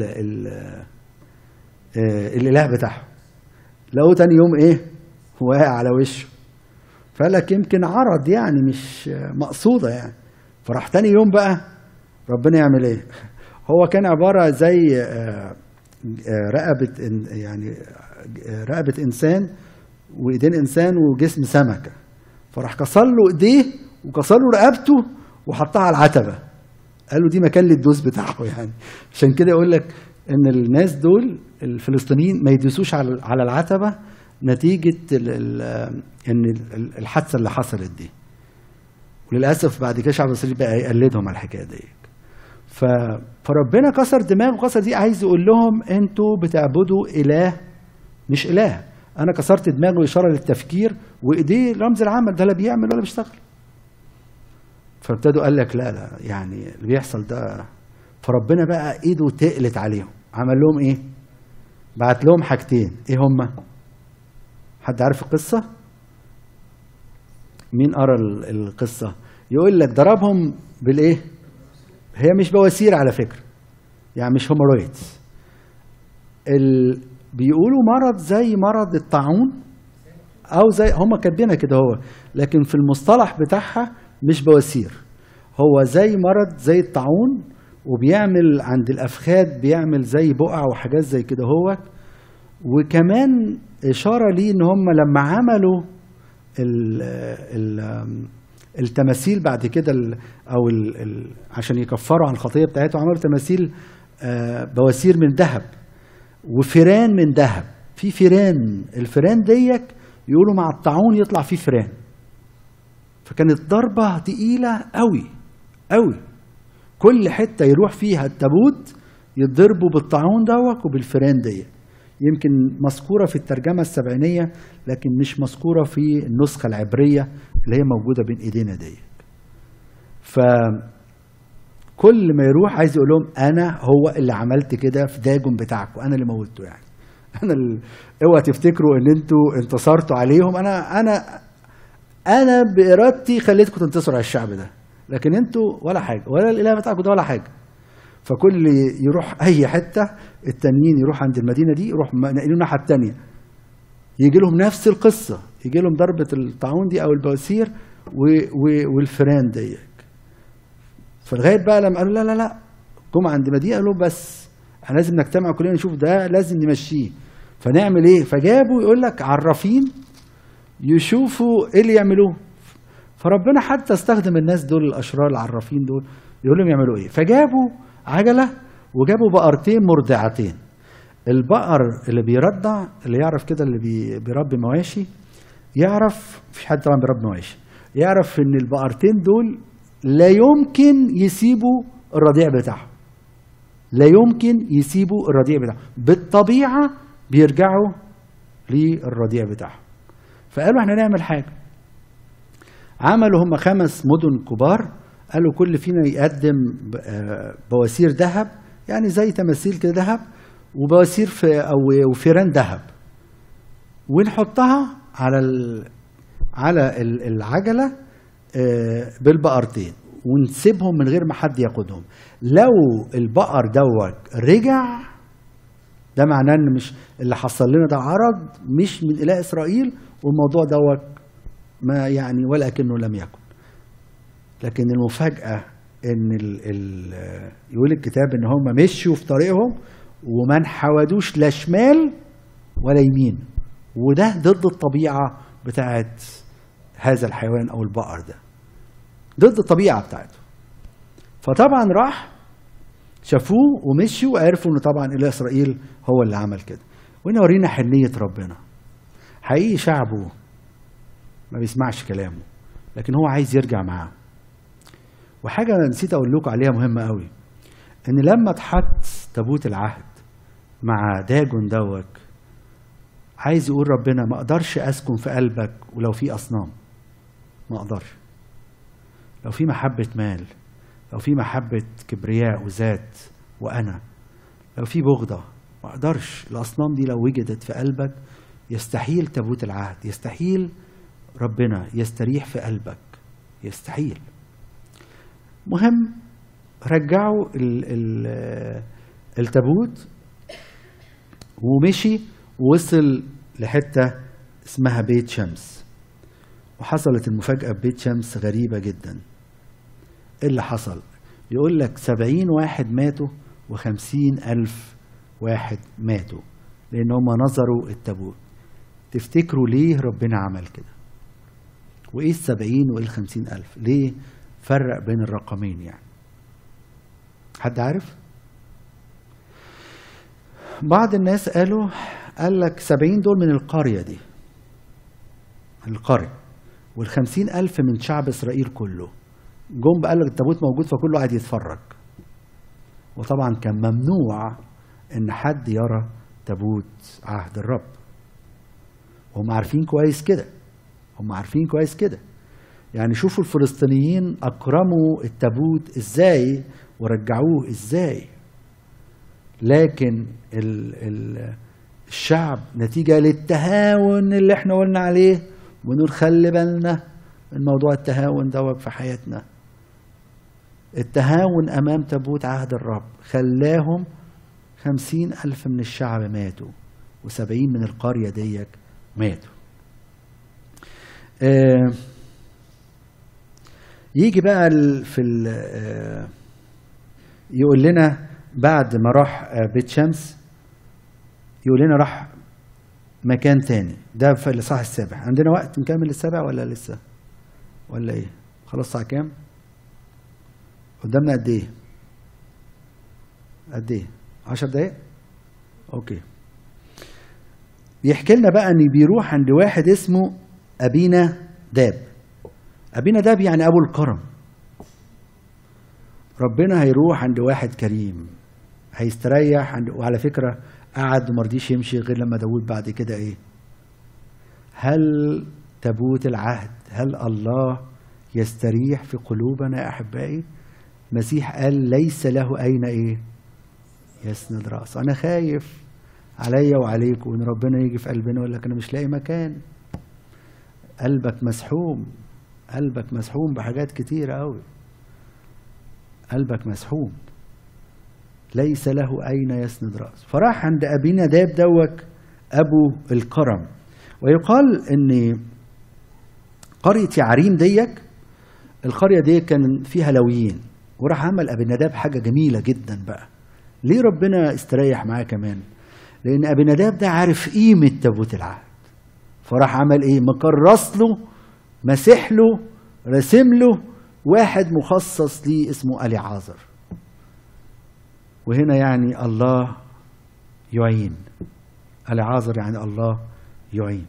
الإله بتاعهم. لقوه تاني يوم ايه؟ واقع على وشه. فقال لك يمكن عرض يعني مش مقصودة يعني. فراح تاني يوم بقى ربنا يعمل ايه؟ هو كان عبارة زي رقبة إنسان وإيدين إنسان وجسم سمكة. فراح كسر له إيديه وكسر له رقبته وحطها على العتبة. قال له دي مكان للدوس بتاعه يعني. عشان كده يقول لك إن الناس دول الفلسطينيين ما يدوسوش على العتبة نتيجة إن الحادثة اللي حصلت دي. وللأسف بعد كده الشعب المصري بقى يقلدهم على الحكاية دي. فربنا كسر دماغه، كسر دي، عايز يقول لهم انتوا بتعبدوا اله مش اله. انا كسرت دماغه اشاره للتفكير، وايديه رمز العمل، ده لا بيعمل ولا بيشتغل. فابتدوا قال لك لا يعني اللي بيحصل ده. فربنا بقى ايده تقلت عليهم. عمل لهم ايه؟ بعت لهم حاجتين. ايه هما؟ حد عارف القصه؟ مين قرا القصه؟ يقول لك ضربهم بالايه؟ هي مش بواسير على فكرة، يعني مش هيمورويدز. بيقولوا مرض زي مرض الطاعون او زي هم كاتبينها كده هو، لكن في المصطلح بتاعها مش بواسير. هو زي مرض زي الطاعون، وبيعمل عند الافخاذ بيعمل زي بقع وحاجات زي كده هو. وكمان اشاره ليه ان هم لما عملوا التماثيل بعد كده عشان يكفروا عن الخطيه بتاعتهم، عملوا تماثيل بواسير من ذهب وفيران من ذهب. في فيران، الفيران ديك يقولوا مع الطاعون يطلع فيه فيران. فكانت ضربه تقيله قوي قوي. كل حته يروح فيها التابوت يتضربوا بالطاعون دوت وبالفيران ديت. يمكن مذكوره في الترجمه السبعينيه لكن مش مذكوره في النسخه العبريه اللي هي موجوده بين ايدينا ديت. فكل ما يروح عايز يقول لهم انا هو اللي عملت كده في داجون بتاعكم، انا اللي موتته يعني. اوعى تفتكروا ان انتوا انتصرتوا عليهم. انا بارادتي خليتكم تنتصروا على الشعب ده، لكن انتوا ولا حاجه، ولا الاله بتاعكم ده ولا حاجه. فكل يروح اي حته التانيين يروح عند المدينه دي يروح ناقلين الناحيه الثانيه، يجي لهم نفس القصه، يجي لهم ضربه الطاعون دي او البواسير والفيران ديك. فلغايه بقى لما قالوا لا لا لا، جم عند مدينه قالوا بس احنا لازم نجتمع كلنا نشوف ده لازم نمشيه. فنعمل ايه؟ فجابوا يقول لك عرافين يشوفوا ايه اللي يعملوه. فربنا حتى استخدم الناس دول الاشرار العرافين دول يقول لهم يعملوا ايه. فجابوا عجله وجابوا بقرتين مرضعتين. البقر اللي بيرضع اللي يعرف كده، اللي بيربي مواشي يعرف، مفيش حد طبعا بيربي مواشي، يعرف ان البقرتين دول لا يمكن يسيبوا الرضيع بتاعهم، لا يمكن يسيبوا الرضيع بتاعهم، بالطبيعه بيرجعوا للرضيع بتاعهم. فقالوا احنا نعمل حاجه. عملوا هم 5 مدن كبار، قالوا كل فينا يقدم بواسير ذهب، يعني زي تماثيل كده ذهب، وبواسير او فيران ذهب، ونحطها على العجله بالبقرتين، ونسيبهم من غير ما حد ياخدهم. لو البقر دوت رجع، ده معناه ان مش اللي حصل لنا ده عرض مش من اله اسرائيل، والموضوع دوت ما يعني ولا كأنه لم يكن. لكن المفاجأة ان يقول الكتاب ان هم مشوا في طريقهم وما انحودوش لا شمال ولا يمين، وده ضد الطبيعة بتاعت هذا الحيوان او البقر ده، ضد الطبيعة بتاعته. فطبعا راح شافوه ومشوا وعرفوا ان طبعا اله اسرائيل هو اللي عمل كده. وهنا ورينا حنية ربنا. حقيقي شعبه ما بيسمعش كلامه، لكن هو عايز يرجع معاه. وحاجة نسيت اقول لكم عليها مهمة قوي، ان لما اتحط تابوت العهد مع داجون دوت، عايز يقول ربنا ما اقدرش اسكن في قلبك ولو في اصنام، ما اقدرش. لو في محبة مال، لو في محبة كبرياء وذات وانا، لو في بغضة، ما اقدرش. الاصنام دي لو وجدت في قلبك يستحيل تابوت العهد، يستحيل ربنا يستريح في قلبك، يستحيل. مهم رجعوا التابوت ومشي ووصل لحتة اسمها بيت شمس. وحصلت المفاجأة ببيت شمس غريبة جدا. ايه اللي حصل؟ يقول لك 70 واحد ماتوا و50,000 واحد ماتوا لأن هم نظروا التابوت. تفتكروا ليه ربنا عمل كده؟ وإيه 70 وإيه 50,000؟ ليه فرق بين الرقمين يعني؟ حد عارف؟ بعض الناس قال لك 70 دول من القرية دي، القرية، وال50,000 من شعب إسرائيل كله. جم قال لك التابوت موجود فكله قاعد يتفرج. وطبعا كان ممنوع ان حد يرى تابوت عهد الرب. هم عارفين كويس كده، هم عارفين كويس كده. يعني شوفوا الفلسطينيين اكرموا التابوت ازاي ورجعوه ازاي. لكن الشعب نتيجة للتهاون اللي احنا قلنا عليه، ونقول خلي بالنا من موضوع التهاون دوت في حياتنا. التهاون امام تابوت عهد الرب خلاهم 50,000 من الشعب ماتوا، و70 من القرية ديك ماتوا. يجي بقى يقول لنا بعد ما راح بيت شمس، يقول لنا راح مكان تاني. ده في الإصحاح السابع. عندنا وقت نكمل السابع ولا لسه؟ ولا ايه؟ خلاص الساعة كام؟ قدامنا قد ايه؟ قد ايه؟ 10 دقايق؟ اوكي. بيحكي لنا بقى ان بيروح عند واحد اسمه أبينا داب. أبينا داب يعني ابو الكرم. ربنا هيروح عند واحد كريم، هيستريح وعلى فكرة قعد وما رضيش يمشي غير لما داود بعد كده ايه؟ هل تابوت العهد، هل الله يستريح في قلوبنا يا احبائي؟ المسيح قال ليس له اين ايه؟ يسند راسه. انا خايف عليا وعليكم ان ربنا يجي في قلبنا ويقول لك انا مش لاقي مكان. قلبك مسحوم، قلبك مسحوم بحاجات كتيرة قوي. قلبك مسحوم، ليس له اين يسند راسه. فراح عند ابينا داب دوت ابو الكرم. ويقال ان قرية يعريم ديك، القرية دي كان فيها لويين، وراح عمل أبيناداب حاجة جميلة جدا بقى. ليه ربنا استريح معاه كمان؟ لأن أبيناداب ده عارف قيمة تابوت العهد. فراح عمل إيه؟ مكرس له، مسح له، رسم له واحد مخصص ليه اسمه أليعازر. وهنا يعني الله يعين. أليعازر يعني الله يعين.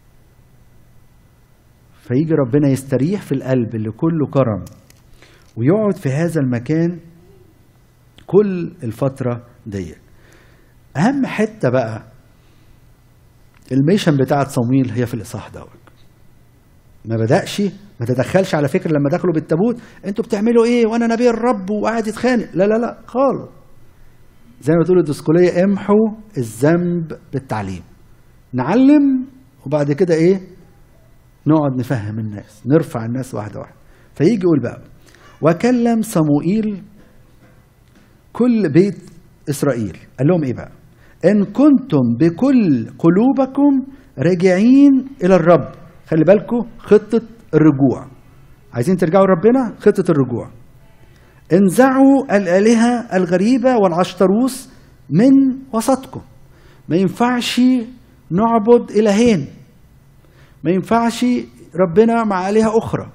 فيجي ربنا يستريح في القلب اللي كله كرم، ويقعد في هذا المكان كل الفترة دي. أهم حتة بقى الميشن بتاعت صمويل هي في الإصحاح دوت. ما بدأش ما تدخلش على فكرة لما دخلوا بالتابوت انتوا بتعملوا ايه وانا نبي الرب وقاعد يتخانق. لا لا لا خالص. زي ما تقول الدسكولية امحوا الذنب بالتعليم. نعلم وبعد كده ايه؟ نقعد نفهم الناس، نرفع الناس واحدة واحدة. فيجي يقول بقى: وكلم صموئيل كل بيت إسرائيل. قال لهم ايه بقى؟ إن كنتم بكل قلوبكم راجعين إلى الرب. خلي بالكم خطة الرجوع. عايزين ترجعوا لربنا؟ خطة الرجوع. انزعوا الآلهة الغريبة والعشتروس من وسطكم. ما ينفعش نعبد إلهين، ما ينفعش ربنا مع آلهة أخرى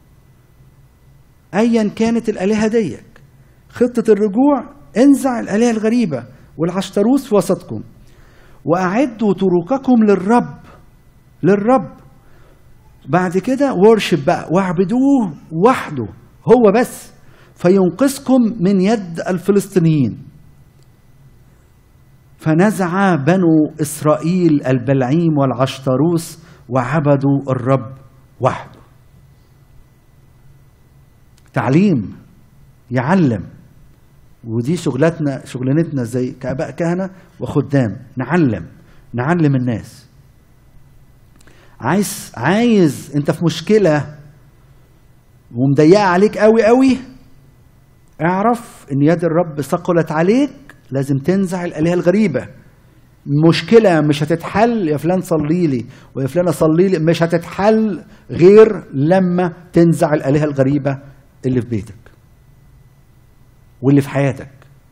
أيا كانت الآلهة ديك. خطة الرجوع: انزع الآلهة الغريبة والعشتروس في وسطكم، وأعدوا طرقكم للرب. بعد كده ورشب بقى، واعبدوه وحده هو بس، فينقذكم من يد الفلسطينيين. فنزع بنو إسرائيل البلعيم والعشتروس وعبدوا الرب وحده. تعليم، يعلم. ودي شغلانتنا زي كآباء كهنة وخدام، نعلم الناس. عايز انت في مشكلة ومضيقة عليك قوي قوي، اعرف ان يد الرب ثقلت عليك، لازم تنزع الآلهة الغريبة. مشكلة مش هتتحل يا فلان صلي لي ويا فلان صلي لي، مش هتتحل غير لما تنزع الآلهة الغريبة اللي في بيتك واللي في حياتك.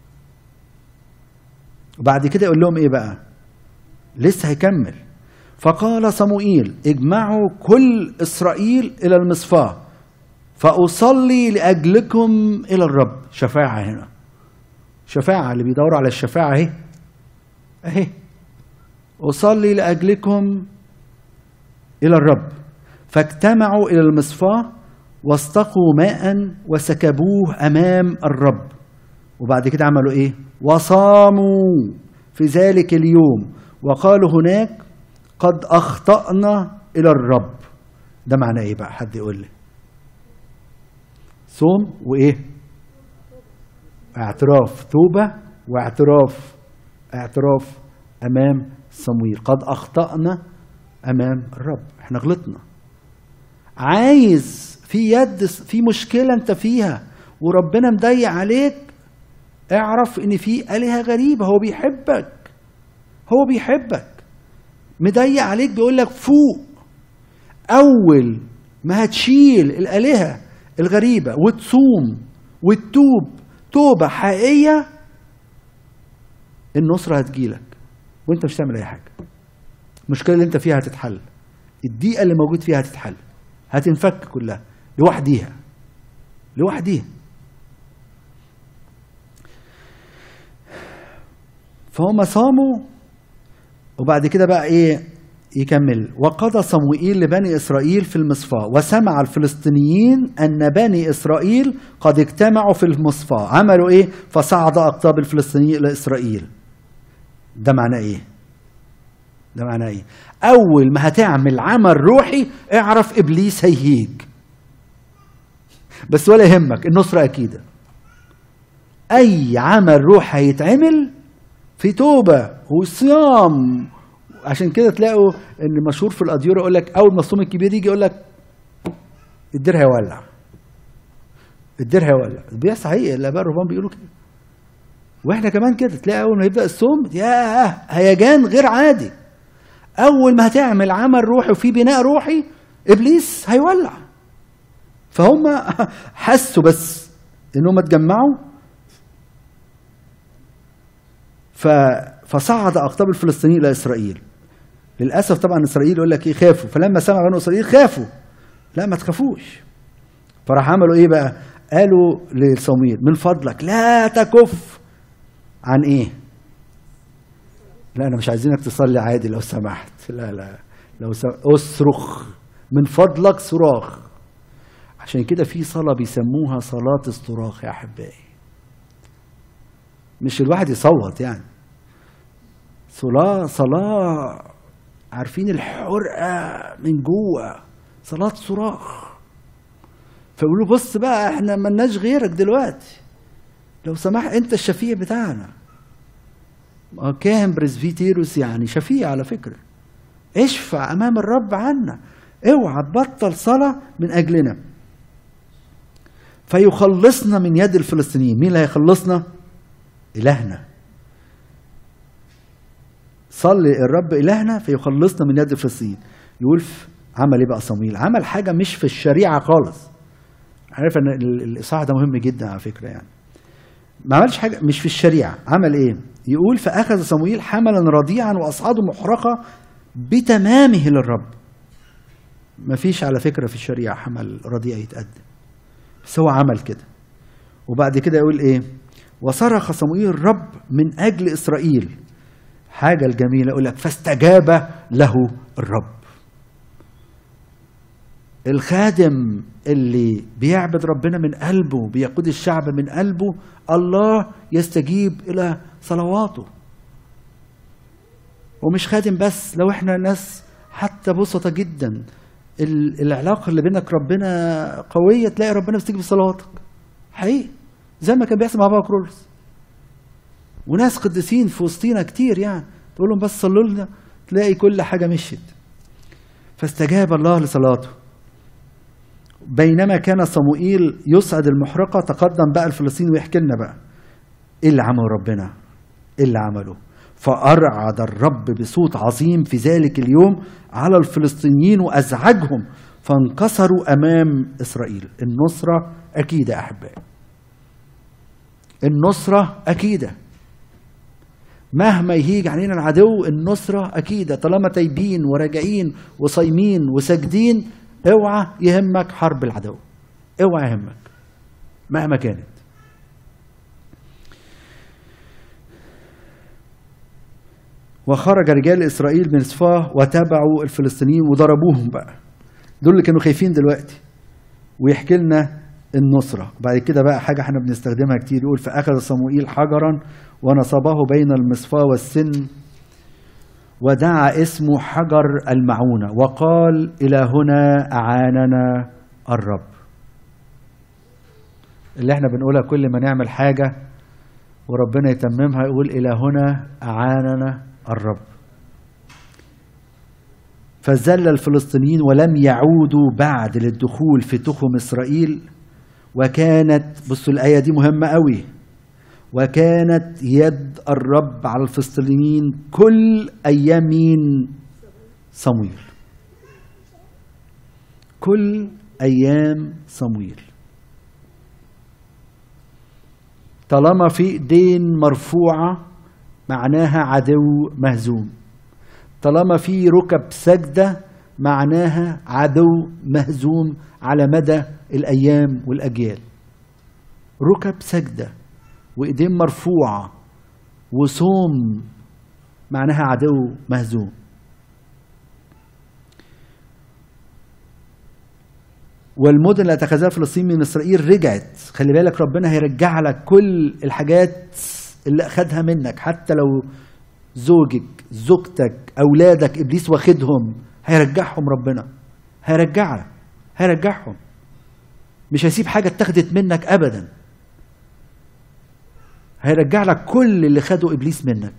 وبعد كده يقول لهم ايه بقى؟ لسه هيكمل. فقال صموئيل: اجمعوا كل إسرائيل إلى المصفاة فأصلي لأجلكم إلى الرب. شفاعة هنا، شفاعة. اللي بيدوروا على الشفاعة اهي. أصلي لأجلكم إلى الرب. فاجتمعوا إلى المصفاة واستقوا ماء وسكبوه أمام الرب. وبعد كده عملوا ايه؟ وصاموا في ذلك اليوم وقالوا هناك: قد أخطأنا إلى الرب. ده معناه ايه بقى؟ حد يقول لي. صوم وايه؟ اعتراف. توبة واعتراف أمام صموئيل. قد أخطأنا أمام الرب، احنا غلطنا. عايز في مشكلة انت فيها وربنا مضيق عليك، اعرف ان في آلهة غريبة. هو بيحبك مضيق عليك، بيقول لك فوق. اول ما هتشيل الآلهة الغريبة وتصوم وتتوب توبة حقيقية، النصرة هتجيلك وانت مش تعمل اي حاجة. المشكلة اللي انت فيها هتتحل، الضيقة اللي موجود فيها هتتحل، هتنفك كلها لوحديها. فهم صاموا. وبعد كده بقى ايه؟ يكمل: وقضى صموئيل لبني إسرائيل في المصفاة، وسمع الفلسطينيين أن بني إسرائيل قد اجتمعوا في المصفاة. عملوا ايه؟ فصعد أقطاب الفلسطينيين إلى إسرائيل. ده معناه ايه؟ أول ما هتعمل عمل روحي اعرف إبليس هيهيج، بس ولا يهمك، النصرة أكيدة. أي عمل روح هيتعمل في توبة وصيام. عشان كده تلاقوا ان مشهور في الأديرة يقول لك أول ما الصوم الكبير يجي يقول لك الدير هيولع. بيحصل حقيقي، الآباء الرهبان بيقولوا كده، واحنا كمان كده. تلاقي أول ما يبدأ الصوم ياه هيجان غير عادي. أول ما هتعمل عمل روحي وفي بناء روحي إبليس هيولع. فهم حسوا بس إنهم اتجمعوا. فصعد أقطاب الفلسطينيين إلى إسرائيل. للأسف طبعا إسرائيل يقول لك إيه؟ خافوا. فلما سمع بنو إسرائيل خافوا. لا ما تخافوش. فراح عملوا إيه بقى؟ قالوا لصموئيل: من فضلك لا تكف عن إيه؟ لا أنا مش عايزينك تصلي عادي لو سمحت. لا أصرخ من فضلك صراخ. عشان كده في صلاة بيسموها صلاة الصراخ يا أحبائي. مش الواحد يصوت يعني، صلاة عارفين الحرقة من جوه، صلاة صراخ. فيقولوا بص بقى احنا ملناش غيرك دلوقتي، لو سمح انت الشفيع بتاعنا. كاهن بريسبيتيروس يعني شفيع على فكرة، اشفع امام الرب عنا، اوعى تبطل صلاة من اجلنا. فيخلصنا من يد الفلسطينيين. مين اللي هيخلصنا؟ إلهنا. صلي الرب إلهنا فيخلصنا من يد الفلسطينيين. يقول عمل ايه بقى صموئيل؟ عمل حاجة مش في الشريعة خالص. عارف ان الإصحاح ده مهم جدا على فكرة يعني. ما عملش حاجة مش في الشريعة، عمل ايه؟ يقول فأخذ صموئيل حملا رضيعا وأصعده محرقة بتمامه للرب. ما فيش على فكرة في الشريعة حمل رضيع يتقدم، بس هو عمل كده. وبعد كده يقول ايه؟ وصرخ صموئيل الرب من أجل إسرائيل. حاجة الجميلة يقول لك فاستجاب له الرب. الخادم اللي بيعبد ربنا من قلبه، بيقود الشعب من قلبه، الله يستجيب إلى صلواته. ومش خادم بس، لو احنا ناس حتى بسطة جدا، العلاقة اللي بينك ربنا قوية، تلاقي ربنا بيستجيب صلواتك حقيقي، زي ما كان بيحصل مع بابا كرولوس. وناس قديسين في وسطينا كتير يعني، تقول لهم بس صلوا لنا تلاقي كل حاجة مشيت. فاستجاب الله لصلاته. بينما كان صموئيل يصعد المحرقة، تقدم بقى الفلسطيني ويحكي لنا بقى ايه اللي عمله ربنا، ايه اللي عمله. فأرعد الرب بصوت عظيم في ذلك اليوم على الفلسطينيين وأزعجهم فانكسروا أمام إسرائيل. النصرة أكيدة يا أحبائي، النصرة أكيدة. مهما يهيج علينا العدو النصرة أكيدة، طالما تايبين وراجعين وصايمين وساجدين. اوعى يهمك حرب العدو، اوعى يهمك مهما كانت. وخرج رجال إسرائيل من صفاه وتابعوا الفلسطينيين وضربوهم بقى. دول اللي كانوا خايفين دلوقتي. ويحكي لنا النصرة. بعد كده بقى حاجة احنا بنستخدمها كتير، يقول فأخذ صموئيل حجرا ونصبه بين المصفاة والسن ودعا اسمه حجر المعونة وقال إلى هنا أعاننا الرب. اللي احنا بنقولها كل ما نعمل حاجة وربنا يتممها، يقول إلى هنا أعاننا الرب. فزل الفلسطينيين ولم يعودوا بعد للدخول في تخم إسرائيل. وكانت، بصوا الآية دي مهمة قوي، وكانت يد الرب على الفلسطينيين كل أيام صموئيل، كل أيام صموئيل. طالما في ايدين مرفوعة معناها عدو مهزوم، طالما في ركب سجدة معناها عدو مهزوم على مدى الأيام والأجيال. ركب سجدة وإيدين مرفوعة وصوم معناها عدو مهزوم. والمدن اللي اتخذها فلسطين من إسرائيل رجعت. خلي بالك ربنا هيرجع لك كل الحاجات اللي أخدها منك، حتى لو زوجك، زوجتك، أولادك إبليس واخدهم، هيرجعهم ربنا، هيرجعهم. مش هيسيب حاجة اتخذت منك أبدا، هيرجع لك كل اللي خده إبليس منك.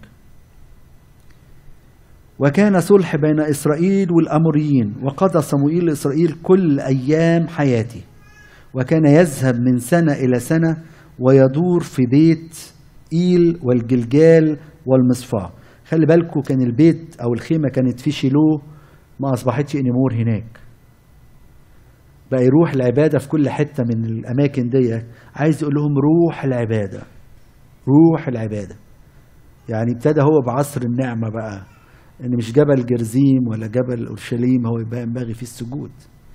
وكان صلح بين إسرائيل والأموريين، وقضى صموئيل لإسرائيل كل أيام حياته، وكان يذهب من سنة إلى سنة ويدور في بيت إيل والجلجال والمصفاة. خلي بالكم كان البيت أو الخيمة كانت في شيلوه، ما أصبحتش إنيمور هناك، بقى يروح العبادة في كل حتة من الأماكن دي. عايز يقول لهم روح العبادة، روح العبادة. يعني ابتدى هو بعصر النعمة بقى، ان مش جبل جرزيم ولا جبل اورشليم هو يبقى ينبغي فيه السجود.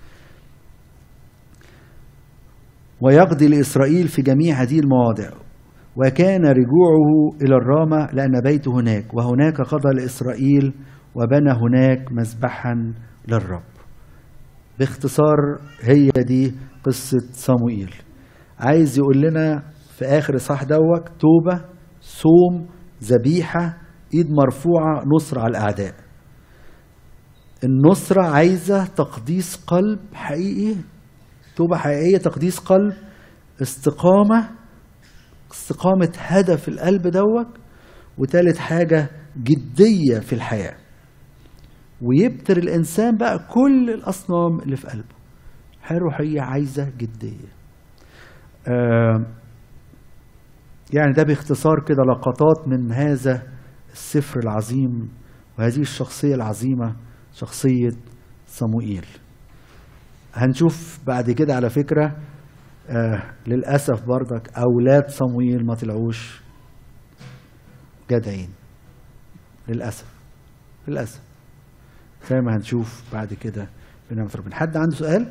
ويقضي لإسرائيل في جميع هذه المواضع. وكان رجوعه إلى الرامة لأن بيته هناك، وهناك قضى لإسرائيل وبنى هناك مذبحا للرب. باختصار هي دي قصة صموئيل. عايز يقول لنا في آخر إصحاح دوت توبة، صوم، ذبيحة، ايد مرفوعة، نصر على الأعداء. النصرة عايزة تقديس قلب حقيقي توبة حقيقية، تقديس قلب، استقامة هدف القلب دوت. وتالت حاجة جدية في الحياة، ويبتر الإنسان بقى كل الأصنام اللي في قلبه. حياة روحية عايزة جدية. يعني ده باختصار كده لقطات من هذا السفر العظيم وهذه الشخصية العظيمة، شخصية صموئيل. هنشوف بعد كده على فكرة للأسف برضك أولاد صموئيل ما طلعوش جدعين، للأسف زي ما هنشوف بعد كده بنعمة ربنا. حد عنده سؤال؟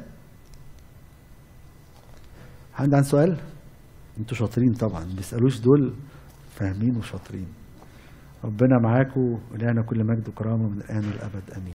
حد عنده سؤال؟ انتوا شاطرين طبعا، ما بيسألوش دول فاهمين وشاطرين. ربنا معاكم ولنا كل مجد وكرامة من الآن والأبد، آمين.